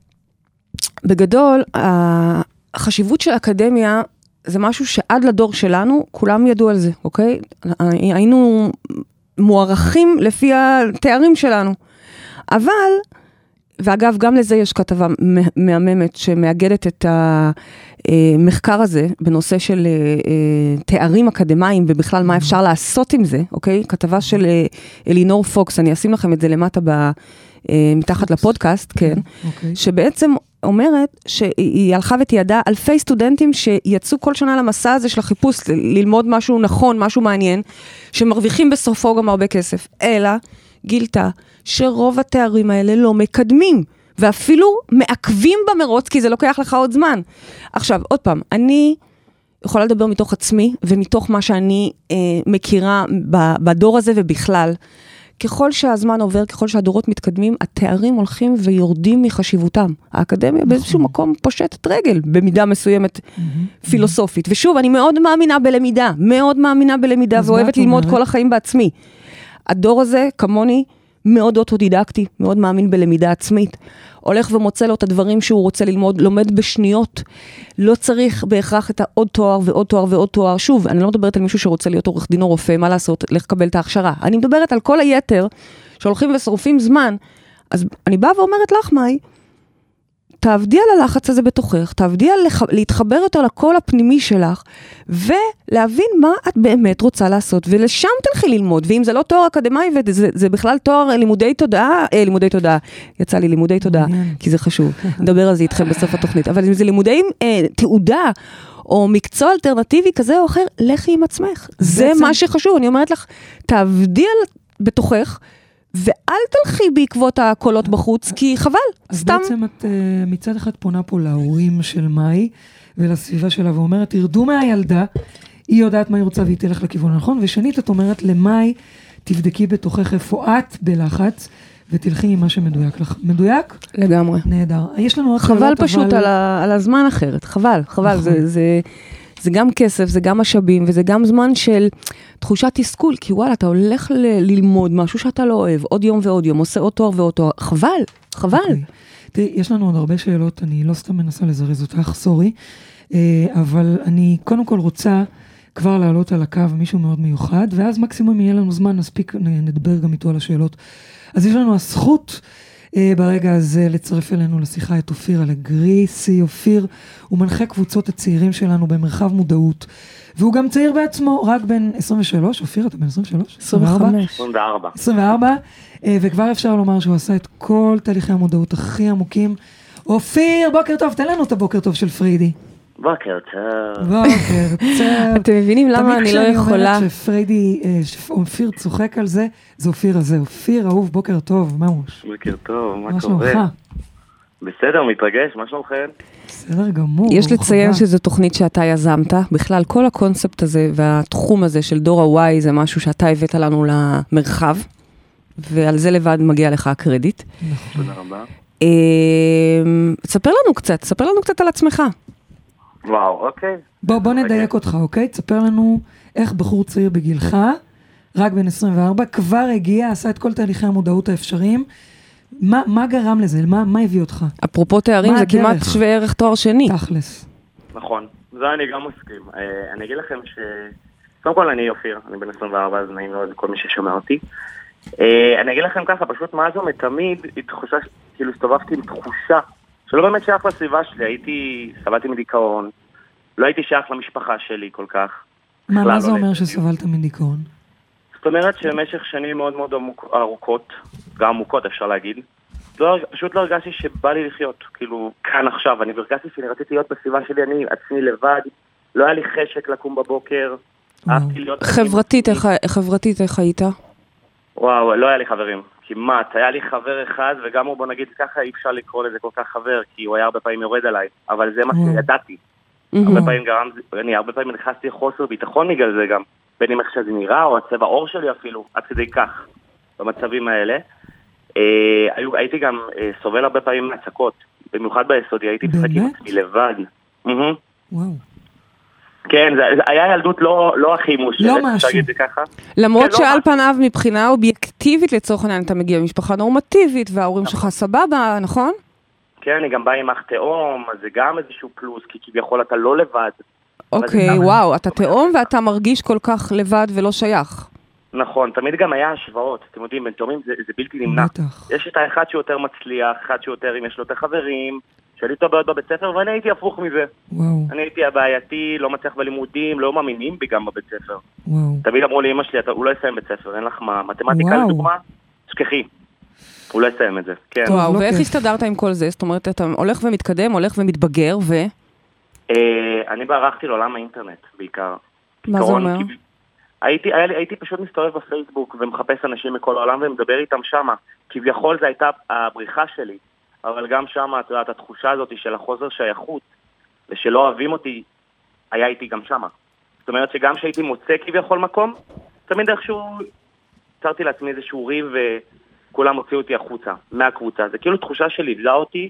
בגדול, החשיבות של האקדמיה זה משהו שעד לדור שלנו, כולם ידעו על זה, אוקיי? היינו מוערכים לפי התארים שלנו. אבל, ואגב, גם לזה יש כתבה מהממת שמאגדת את המחקר הזה, בנושא של תארים אקדמיים, ובכלל מה אפשר לעשות עם זה, אוקיי? כתבה של אלינור פוקס, אני אשים לכם את זה למטה מתחת לפודקאסט, כן? שבעצם אומרת שהיא הלכה ותיעדה אלפי סטודנטים שיצאו כל שנה למסע הזה של החיפוש, ללמוד משהו נכון, משהו מעניין, שמרוויחים בסופו גם הרבה כסף. אלא גילתה שרוב התארים האלה לא מקדמים, ואפילו מעכבים במרוץ, כי זה לוקח לך עוד זמן. עכשיו, עוד פעם, אני יכולה לדבר מתוך עצמי, ומתוך מה שאני מכירה בדור הזה ובכלל. ככל שהזמן עובר, ככל שהדורות מתקדמים, התארים הולכים ויורדים מחשיבותם. האקדמיה באיזשהו מקום פושטת רגל, במידה מסוימת פילוסופית. ושוב, אני מאוד מאמינה בלמידה, מאוד מאמינה בלמידה, ואוהבת ללמוד כל החיים בעצמי. הדור הזה, כמוני, מאוד אוטודידקטי, מאוד מאמין בלמידה עצמית. הולך ומוצא לו את הדברים שהוא רוצה ללמוד, לומד בשניות. לא צריך בהכרח את העוד תואר ועוד תואר ועוד תואר. שוב, אני לא מדברת על מישהו שרוצה להיות עורך דין או רופא, מה לעשות, לקבל את ההכשרה. אני מדברת על כל היתר שהולכים ושורפים זמן. אז אני באה ואומרת לך, מאי, תעבדי על הלחץ הזה בתוכך, תעבדי על להתחבר יותר לקול הפנימי שלך, ולהבין מה את באמת רוצה לעשות, ולשם תלכי ללמוד, ואם זה לא תואר אקדמי, וזה בכלל תואר לימודי תודעה, יצא לי לימודי תודעה, כי זה חשוב, נדבר על זה איתכם בסוף התוכנית, אבל אם זה לימודי תעודה, או מקצוע אלטרנטיבי כזה או אחר, לכי עם עצמך, זה מה שחשוב, אני אומרת לך, תעבדי בתוכך, ואל תלכי בעקבות הקולות בחוץ, כי חבל, סתם. אז בעצם את מצד אחד פונה פה להורים של מאי, ולסביבה שלה, ואומרת, תרדו מהילדה, היא יודעת מה היא רוצה, והיא תלך לכיוון הנכון, ושנית את אומרת למאי, תבדקי בתוכך איפה את בלחץ, ותלכי עם מה שמדויק לך. מדויק? לגמרי. נהדר. יש לנו חבל פשוט על הזמן אחרת, חבל, זה גם כסף, זה גם משאבים, וזה גם זמן של תחושת תסכול, כי וואלה, אתה הולך ללמוד משהו שאתה לא אוהב, עוד יום ועוד יום, עושה עוד תואר ועוד תואר, חבל. תראי, יש לנו עוד הרבה שאלות, אני לא סתם מנסה לזרז אותך, סורי, אבל אני קודם כל רוצה כבר לעלות על הקו מישהו מאוד מיוחד, ואז מקסימום יהיה לנו זמן, נספיק, נדבר גם איתו על השאלות. אז יש לנו הזכות ברגע הזה לצרף אלינו לשיחה את אופיר אלגריסי. אופיר הוא מנחה קבוצות הצעירים שלנו במרחב מודעות, והוא גם צעיר בעצמו, רק בן 23. אופיר, אתה בן 23? 24, וכבר אפשר לומר שהוא עשה את כל תהליכי המודעות הכי עמוקים. אופיר, בוקר טוב, תן לנו את הבוקר טוב של פריידי. בוקר טוב. בוקר טוב. אתם מבינים למה אני לא יכולה? תמיד כשאני אומרת שפריידי, אופיר צוחק על זה, זה אופיר הזה. אופיר, אהוב, בוקר טוב, מה מוש? בוקר טוב, מה מה קורה? שלומך? בסדר, מתרגש, מה שלומכם? בסדר גמור. יש לציין שזו תוכנית שאתה יזמת, בכלל כל הקונספט הזה והתחום הזה של דור ה-Y זה משהו שאתה הבאת לנו למרחב, ועל זה לבד מגיע לך הקרדיט. תודה רבה. ספר לנו קצת על עצמך. וואו, אוקיי. בוא נדייק אותך, אוקיי? תספר לנו איך בחור צעיר בגילך, רק בן 24, כבר הגיע, עשה את כל תהליכי המודעות האפשריים. מה גרם לזה? מה הביא אותך? אפרופו תארים, זה כמעט שווה ערך תואר שני. תכלס. נכון, זה אני גם מסכים. אני אגיד לכם קודם כל אני אופיר, אני בן 24, אז נעים מאוד כל מי ששומע אותי. אני אגיד לכם ככה, פשוט מאז ומתמיד, כאילו הסתובבתי עם תחושה שלא באמת שייך לסביבה שלי, סבלתי מדיכאון, לא הייתי שייך למשפחה שלי כל כך. מה זה אומר שסבלת מדיכאון? זאת אומרת שבמשך שנים מאוד מאוד ארוכות, גם עמוקות אפשר להגיד, פשוט לא הרגשתי שבא לי לחיות, כאילו כאן עכשיו, אני הרגשתי שאני רציתי להיות בסביבה שלי, אני עצמי לבד, לא היה לי חשק לקום בבוקר, אהבתי להיות... חברתית איך היית? וואו, לא היה לי חברים, כמעט, היה לי חבר אחד, וגם הוא בוא נגיד ככה, אי אפשר לקרוא לזה כל כך חבר, כי הוא היה הרבה פעמים יורד עליי, אבל זה מה שידעתי. הרבה פעמים נכנסתי חוסר ביטחון בגלל זה גם, בין אם איך שזה נראה, או הצבע עור שלי אפילו, עד כדי כך, במצבים האלה. הייתי גם סובל הרבה פעמים מהצקות, במיוחד ביסודי, הייתי משחק עם עצמי לבד. וואו. כן, זה היה ילדות לא הכי מושלת, לא משהו. למרות שעל פניו מבחינה אובייקטיבית לצורך העניין, אתה מגיע ממשפחה נורמטיבית, וההורים שלך סבבה, נכון? כן, אני גם בא עם אח תאום, אז זה גם איזשהו פלוס, כי כביכול אתה לא לבד. אוקיי, וואו, אתה תאום ואתה מרגיש כל כך לבד ולא שייך. נכון, תמיד גם היה השוואות, אתם יודעים, בין תאומים זה בלתי נמנע. יש את האחד שיותר מצליח, אחד שיותר אם יש לו את החברים, שהייתי איתו בעיות בבית ספר, ואני הייתי הפוך מזה. אני הייתי הבעייתי, לא מצליח בלימודים, לא מאמינים בי גם בבית ספר. תמיד אמרו לי, אמא שלי, הוא לא יסיים בית ספר, אין לך מה, מתמטיקה לדוגמה, שכחי. הוא לא יסיים את זה, כן. וואו, ואיך הסתדרת עם כל זה? זאת אומרת, אתה הולך ומתקדם, הולך ומתבגר, אני ברחתי לעולם האינטרנט, בעיקר. מה זה אומר? הייתי פשוט מסתובב בפייסבוק ומחפש אנשים מכל העולם ומדבר איתם שמה. כביכול זה הייתה הבריחה שלי, אבל גם שמה, את יודעת, התחושה הזאת של החוסר שייכות, ושלא אוהבים אותי, היה איתי גם שמה. זאת אומרת שגם שהייתי מוצא כביכול מקום, תמיד איכשהו יצרתי לעצמי איזשהו ריב וכולם הוציאו אותי החוצה, מהקבוצה. זה כאילו תחושה שליוותה אותי,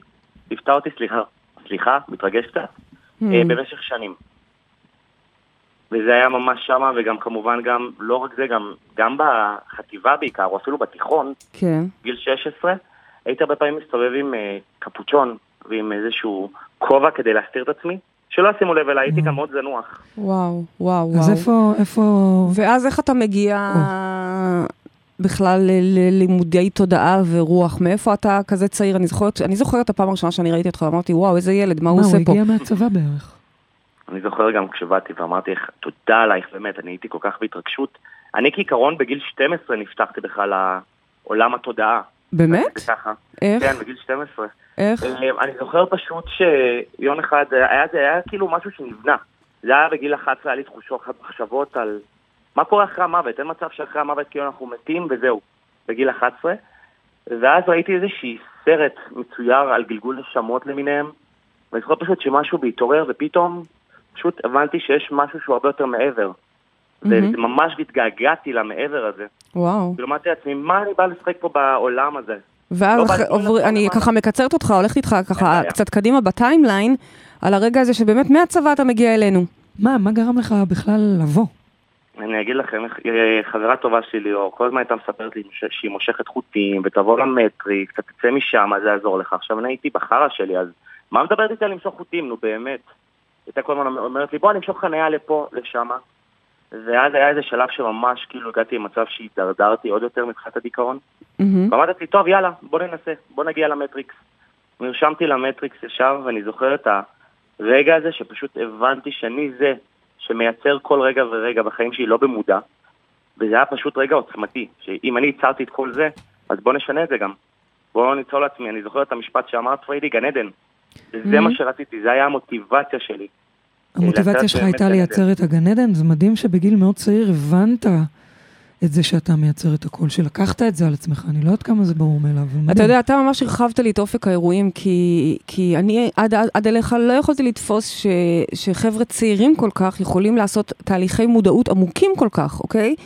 מתרגש קצת, במשך שנים. וזה היה ממש שמה, וגם כמובן גם, לא רק זה, גם בחטיבה בעיקר, או אפילו בתיכון, גיל 16, הייתי הרבה פעמים מסתובב עם קפוצ'ון, ועם איזשהו כובע כדי להסתיר את עצמי, שלא שימו לב אליי, הייתי גם מאוד זנוח. וואו. אז איפה... ואז איך אתה מגיע בכלל ללימודי תודעה ורוח? מאיפה אתה כזה צעיר? אני זוכרת הפעם הראשונה שאני ראיתי אותך, ואמרתי, וואו, איזה ילד, מה הוא עושה פה? הוא הגיע מהצבא בערך. אני זוכר גם כשבאתי ואמרתי, תודה עלייך, באמת, אני הייתי כל כך בהתרגשות. אני כעיקרון בגיל 12 נפתחתי בכלל לעולם התודעה. באמת? איך? כן, בגיל 12. איך? אני זוכר פשוט שיום אחד, זה היה כאילו משהו שנבנה. זה היה בגיל 11, היה לי תחושות מחשבות על מה קורה אחרי המוות. אין מצב שאחרי המוות כאילו אנחנו מתים וזהו, בגיל 11. ואז ראיתי איזושהי סרט מצויר על גלגול נשמות למיניהם. ואני זוכר פשוט שמשהו בהתעורר ופתאום פשוט הבנתי שיש משהו שהוא הרבה יותר מעבר. וממש התגעגעתי למעבר הזה. וואו. כאילו אמרתי לעצמי, מה אני בא לשחק פה בעולם הזה? ואז אני ככה מקצרת אותך, הולכת איתך ככה קצת קדימה בטיימליין, על הרגע הזה שבאמת מהצבא אתה מגיע אלינו. מה גרם לך בכלל לבוא? אני אגיד לכם, חברה טובה שלי ליאור, כל הזמן הייתה מספרת לי שהיא מושכת חוטים, ותבוא למטרי, קצת תצא משם, אז זה יעזור לך. עכשיו אני הייתי בחרה שלי, אז מה מדברת איתי על למשוך חוטים? נו באמת. הייתה כל הזמן אומרת לי, בוא נמשוך חניה לפה, לשמה. ואז היה איזה שלב שממש כאילו הגעתי למצב שהתדרדרתי עוד יותר מבחינת הדיכאון. ואמרתי, טוב, יאללה, בוא ננסה, בוא נגיע למטריקס. נרשמתי למטריקס ישר, ואני זוכר את הרגע הזה שפשוט הבנתי שאני זה שמייצר כל רגע ורגע בחיים שלי לא במודע, וזה היה פשוט רגע עוצמתי, שאם אני ייצרתי את כל זה, אז בוא נשנה את זה גם. בוא ניצור לעצמי, אני זוכר את המשפט שאמרת פריידי, גן עדן. זה מה שרציתי, זה היה המוטיבציה שלי. המוטיבציה שלך הייתה לייצר את הגן עדן? זה מדהים שבגיל מאוד צעיר הבנת את זה שאתה מייצר את הכל, שלקחת את זה על עצמך, אני לא יודעת כמה זה ברור מאליו. אתה יודע, אתה ממש הרחבת לי את אופק האירועים, כי אני עד אליך לא יכולתי לתפוס שחבר'ה צעירים כל כך יכולים לעשות תהליכי מודעות עמוקים כל כך, אוקיי?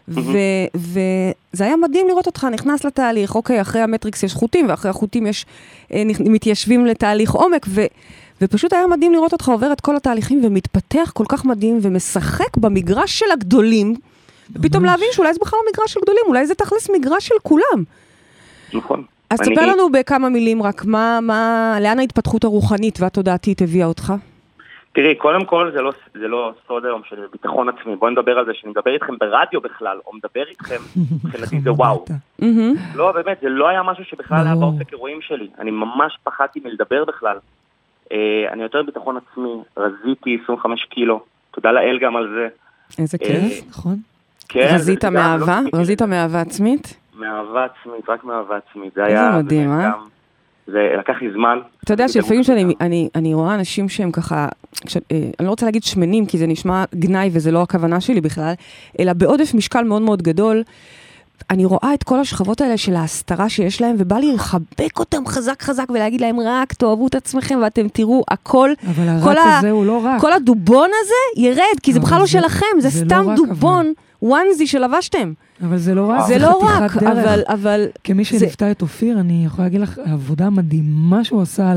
וזה היה מדהים לראות אותך, נכנס לתהליך, אוקיי, אחרי המטריקס יש חוטים, ואחרי החוטים יש מתיישבים לתהליך עומק, ופשוט היה מדהים לראות אותך עובר את כל התהליכים, ומתפתח כל כך מדהים, ומשחק במגרש של הגדולים, ופתאום להבין שאולי זה בכלל מגרש של גדולים, אולי זה תכלס מגרש של כולם. נכון. אז תספר לנו בכמה מילים רק, לאן ההתפתחות הרוחנית והתודעתית הביאה אותך? תראי, קודם כל זה לא סוד היום של ביטחון עצמי. בואו נדבר על זה, שאני מדבר איתכם ברדיו בכלל, או מדבר איתכם, מבחינתי זה וואו. לא, באמת, זה לא היה משהו שבכלל היה באופק אירועים שלי. אני ממש פחדתי מלדבר בכלל. אני יותר ביטחון עצמי, רזיתי 25 קילו, תודה לאל גם על זה. איזה כיף, נכון. רזית מאהבה? רזית מאהבה עצמית? מאהבה עצמית, רק מאהבה עצמית. זה היה... איזה מדהים, אה? זה לקח לי זמן. אתה יודע שלפעמים שאני רואה אנשים שהם ככה, אני לא רוצה להגיד שמנים, כי זה נשמע גנאי וזה לא הכוונה שלי בכלל, אלא בעודף משקל מאוד מאוד גדול, אני רואה את כל השכבות האלה של ההסתרה שיש להם, ובא לי לחבק אותם חזק חזק ולהגיד להם רק תאהבו את עצמכם ואתם תראו הכל, אבל הרק הזה הוא לא רק. כל הדובון הזה ירד, כי זה בכלל לא שלכם, זה סתם דובון, וואנזי שלבשתם. אבל זה לא רק, זה לא רק, אבל... כמי שליוותה את אופיר, אני יכולה להגיד לך, העבודה מדהימה שהוא עשה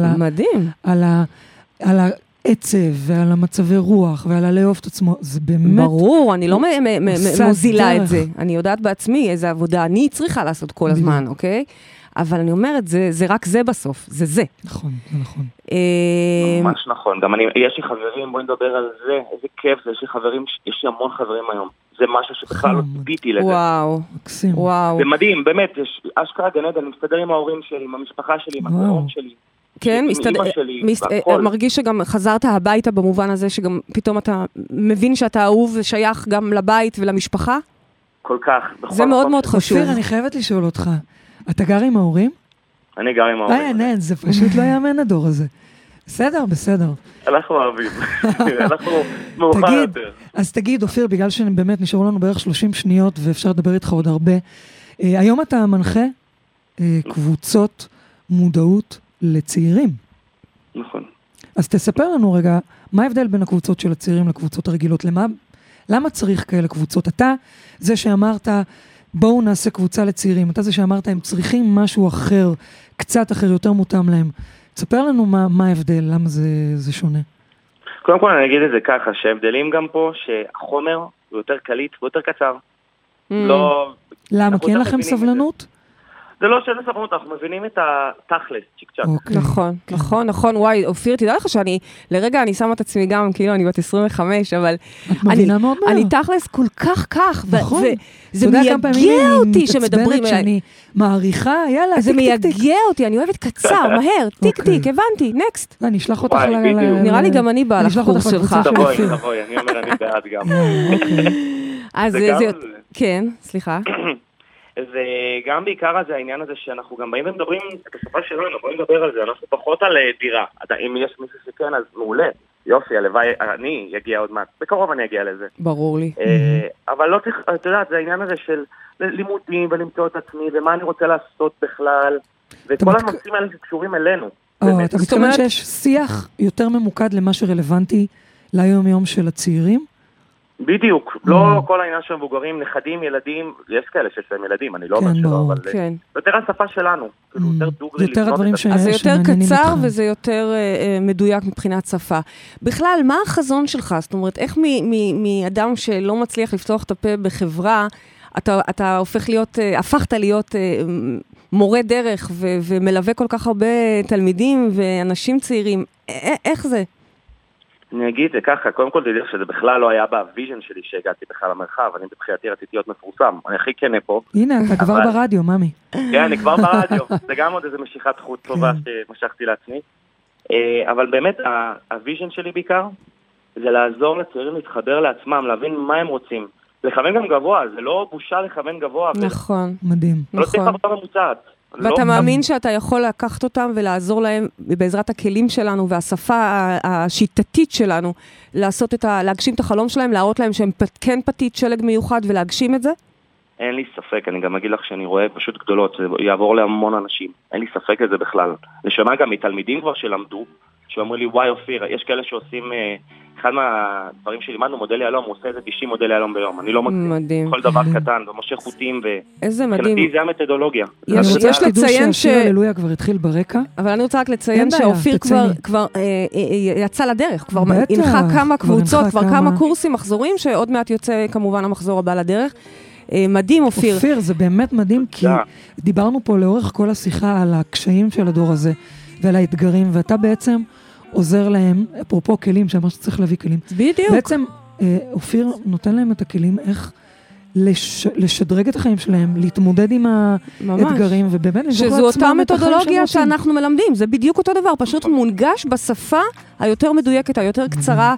על העצב ועל המצבי רוח ועל הלאהוב את עצמו, זה באמת... ברור, אני לא מוזילה את זה. אני יודעת בעצמי איזה עבודה אני צריכה לעשות כל הזמן, אוקיי? אבל אני אומרת, זה רק זה בסוף, זה זה. נכון, זה נכון. ממש נכון. גם יש לי חברים, בואי נדבר על זה, איזה כיף זה, יש לי חברים, יש לי המון חברים היום. זה משהו שבכלל לא ציפיתי לזה. וואו, מקסים. וואו. זה מדהים, באמת, יש אשכרה גן עדן, אני מסתדר עם ההורים שלי, עם המשפחה שלי, עם התאום שלי. כן, מרגיש שגם חזרת הביתה במובן הזה, שגם פתאום אתה מבין שאתה אהוב ושייך גם לבית ולמשפחה? כל כך. זה מאוד מאוד חשוב. אופיר, אני חייבת לשאול אותך, אתה גר עם ההורים? אני גר עם ההורים. זה פשוט לא יאמן הדור הזה. בסדר. אנחנו אוהבים. אנחנו מאוחר יותר. אז תגיד, אופיר, בגלל שבאמת נשארו לנו בערך 30 שניות, ואפשר לדבר איתך עוד הרבה, היום אתה מנחה קבוצות מודעות לצעירים. נכון. אז תספר לנו רגע, מה ההבדל בין הקבוצות של הצעירים לקבוצות הרגילות? למה צריך כאלה קבוצות? אתה זה שאמרת, בואו נעשה קבוצה לצעירים. אתה זה שאמרת, הם צריכים משהו אחר, קצת אחר, יותר מותאם להם. תספר לנו מה ההבדל, למה זה שונה. קודם כל אני אגיד את זה ככה, שההבדלים גם פה, שהחומר הוא יותר קליט ויותר קצר. למה? כי אין לכם סבלנות? זה לא שאין סבלנות, אנחנו מבינים את התכלס, צ'יק צ'ק. נכון, וואי, אופיר, תדע לך שאני, לרגע אני שמה את עצמי גם, כאילו אני בת 25, אבל אני תכלס כל כך, וזה מייגע אותי שמדברים אליי. שאני מעריכה, יאללה, זה מייגע אותי, אני אוהבת קצר, מהר, טיק, הבנתי, נקסט. אני אשלח אותך נראה לי גם אני באה לקורס שלך. תבואי, אני אומר, אני בעד גם. אז זה, כן, סליחה. וגם בעיקר הזה העניין הזה שאנחנו גם באים ומדברים את השפה שלנו, בואי נדבר על זה, אנחנו פחות על דירה. אם יש מישהו שכן, אז מעולה. יופי, הלוואי, אני אגיע עוד מעט. בקרוב אני אגיע לזה. ברור לי. אבל לא צריך, אתה יודעת, זה העניין הזה של לימודים ולמצוא את עצמי, ומה אני רוצה לעשות בכלל, וכל הנושאים האלה שקשורים אלינו. אתה מתכוון שיש שיח יותר ממוקד למה שרלוונטי ליום יום של הצעירים? בדיוק, לא כל העניין של מבוגרים, נכדים, ילדים, יש כאלה שיש להם ילדים, אני לא אומר שלא, אבל זה יותר השפה שלנו, יותר דוגרי לבנות את השפה. אז זה יותר קצר וזה יותר מדויק מבחינת שפה. בכלל, מה החזון שלך? זאת אומרת, איך מאדם שלא מצליח לפתוח את הפה בחברה, אתה הפכת להיות מורה דרך ומלווה כל כך הרבה תלמידים ואנשים צעירים, איך זה? אני אגיד זה ככה, קודם כל תדעי שזה בכלל לא היה בוויז'ן שלי שהגעתי בכלל למרחב, אני בבחינתי רציתי להיות מפורסם, אני הכי כנה פה. הנה, אתה כבר ברדיו, ממי. כן, אני כבר ברדיו, זה גם עוד איזה משיכת חוט טובה שמשכתי לעצמי. אבל באמת, הוויז'ן שלי בעיקר, זה לעזור לצעירים להתחבר לעצמם, להבין מה הם רוצים. לכוון גם גבוה, זה לא בושה לכוון גבוה. נכון. מדהים. לא צריך עבודה ממוצעת. ואתה מאמין שאתה יכול לקחת אותם ולעזור להם בעזרת הכלים שלנו והשפה השיטתית שלנו, להגשים את החלום שלהם, להראות להם שהם כן פתית שלג מיוחד ולהגשים את זה? אין לי ספק, אני גם אגיד לך שאני רואה פשוט גדולות, זה יעבור להמון אנשים, אין לי ספק לזה בכלל. אני שומע גם מתלמידים כבר שלמדו, שאומרים לי, וואי אופיר, יש כאלה שעושים, אחד מהדברים שלימדנו, מודל יעלום, הוא עושה איזה 90 מודל יעלום ביום, אני לא מקדים, כל דבר קטן, ומושך חוטים, איזה מדהים. מבחינתי זה המתודולוגיה. יש לציין שהשיר הללויה כבר התחיל ברקע. אבל אני רוצה רק לציין שאופיר כבר יצא לדרך, כבר הנחה כמה קבוצות, כבר כמה קורסים, מחזורים, שעוד מעט יוצא כמובן המחזור הבא לדרך. מדהים, אופיר. אופיר, זה באמת מדהים, כי דיברנו פה לאורך כל השיחה על הקשיים של הדור הזה, ועל האתגרים, ואתה בעצם עוזר להם, אפרופו כלים, שאמר שצריך להביא כלים. בדיוק. בעצם, אופיר נותן להם את הכלים, איך לשדרג את החיים שלהם, להתמודד עם האתגרים, ובאמת, שזו אותה מתודולוגיה שאנחנו מלמדים, זה בדיוק אותו דבר, פשוט מונגש בשפה היותר מדויקת, היותר קצרה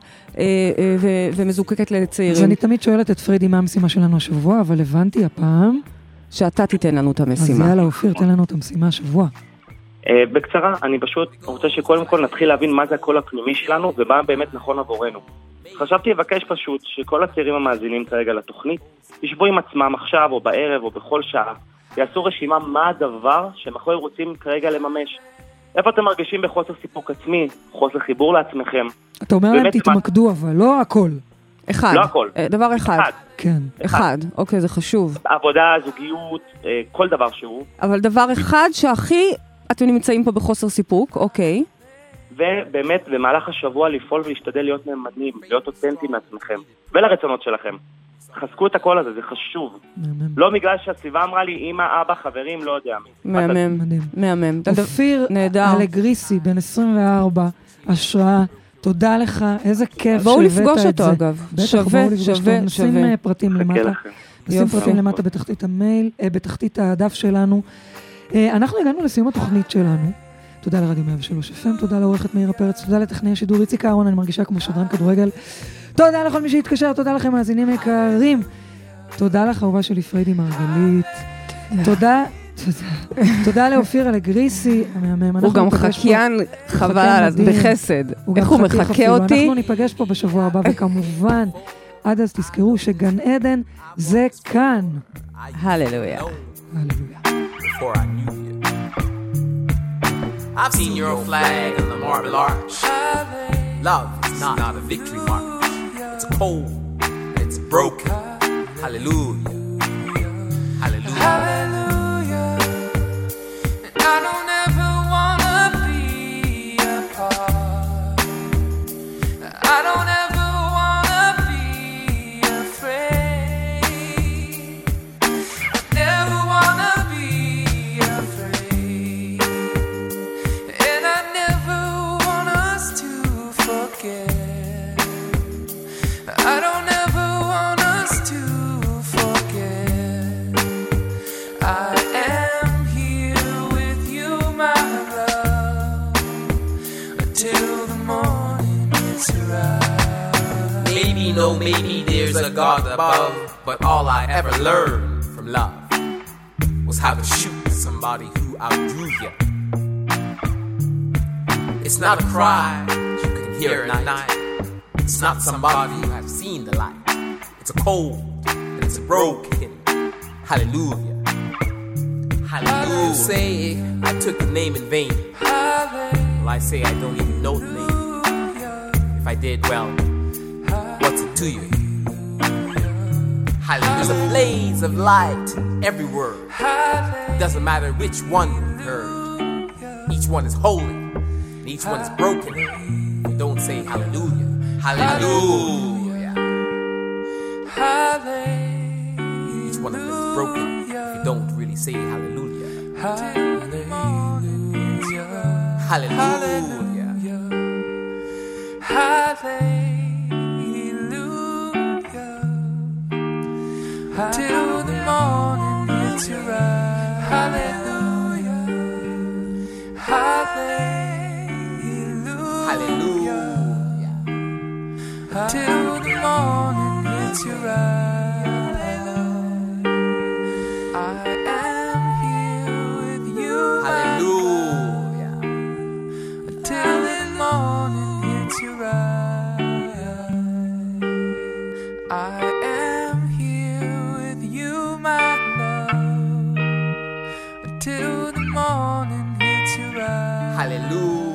ומזוקקת לצעירים. אז אני תמיד שואלת את פרידי מה המשימה שלנו השבוע, אבל הבנתי הפעם שאתה תיתן לנו את המשימה. אז יאללה, אופיר, תן לנו את המשימה השבוע. בקצרה, אני פשוט רוצה שקודם כל נתחיל להבין מה זה הקול הפנימי שלנו ומה באמת נכון עבורנו. חשבתי לבקש פשוט שכל הצעירים המאזינים כרגע לתוכנית ישבו עם עצמם עכשיו או בערב או בכל שעה, יעשו רשימה מה הדבר שהם הכי רוצים כרגע לממש. איפה אתם מרגישים בחוסר סיפוק עצמי, חוסר חיבור לעצמכם? אתה אומר להם תתמקדו אבל, לא הכל. אחד. לא הכל. דבר אחד. כן. אחד. אוקיי, זה חשוב. עבודה, זוגיות, כל דבר שהוא. אבל דבר אחד שהכי אתם נמצאים פה בחוסר סיפוק, אוקיי. ובאמת במהלך השבוע לפעול ולהשתדל להיות נאמנים, להיות אותנטיים מעצמכם ולרצונות שלכם. חזקו את הקול הזה, זה חשוב. לא בגלל שהסביבה אמרה לי, אמא, אבא, חברים, לא יודע. מהמם, מהמם. אופיר אלגריסי, בן 24, השראה. תודה לך, איזה כיף שהבאת את זה. בואו לפגוש אותו אגב. שווה. נשים פרטים למטה. נשים פרטים למטה בתחתית המייל, בתחתית הדף שלנו. אנחנו הגענו לסיום התוכנית שלנו. תודה לרדיו 103 FM, תודה לעורכת מאירה פרץ, תודה לטכנאי השידור איציק אהרון, אני מרגישה כמו שדרן כדורגל. תודה לכל מי שהתקשר, תודה לכם מאזינים יקרים. תודה לך אהובה שלי פרידי מרגלית. תודה לאופיר אלגריסי, המהמם. הוא גם חקיין חבל עליו, בחסד. איך הוא מחכה אותי? אנחנו ניפגש פה בשבוע הבא, וכמובן, עד אז תזכרו שגן עדן זה כאן. הללויה. הללויה. I've seen your flag on the Marble Arch. Love is not a victory march. It's cold and it's broken. Hallelujah. Hallelujah. Hallelujah. And I don't ever wanna be apart. I don't ever wanna be afraid. I never wanna be afraid. And I never want us to forget. I don't ever want us to forget. I am here with you, my love, until the morning is right. Maybe, no, maybe there's a God above, but all I ever learned from love was how to shoot somebody who outdrew you. It's not a cry you can hear at night. It's not somebody who has seen the light. It's a cold and it's broken. Hallelujah. Hallelujah. Say I took the name in vain. Well, I say I don't even know the name. If I did, well, what's it to you? Hallelujah. There's a blaze of light everywhere. It doesn't matter which one you heard. Each one is holy and each one is broken. You don't say hallelujah. Hallelujah. Hallelujah. Each one of them is broken if you don't really say hallelujah. Hallelujah. Hallelujah. till the morning hits your eyes. Hallelujah, hallelujah, hallelujah, till the morning hits your eyes. I am here with you, hallelujah, till the morning hits your eyes. I am here with you, my love, till the morning hits your eyes. Hallelujah.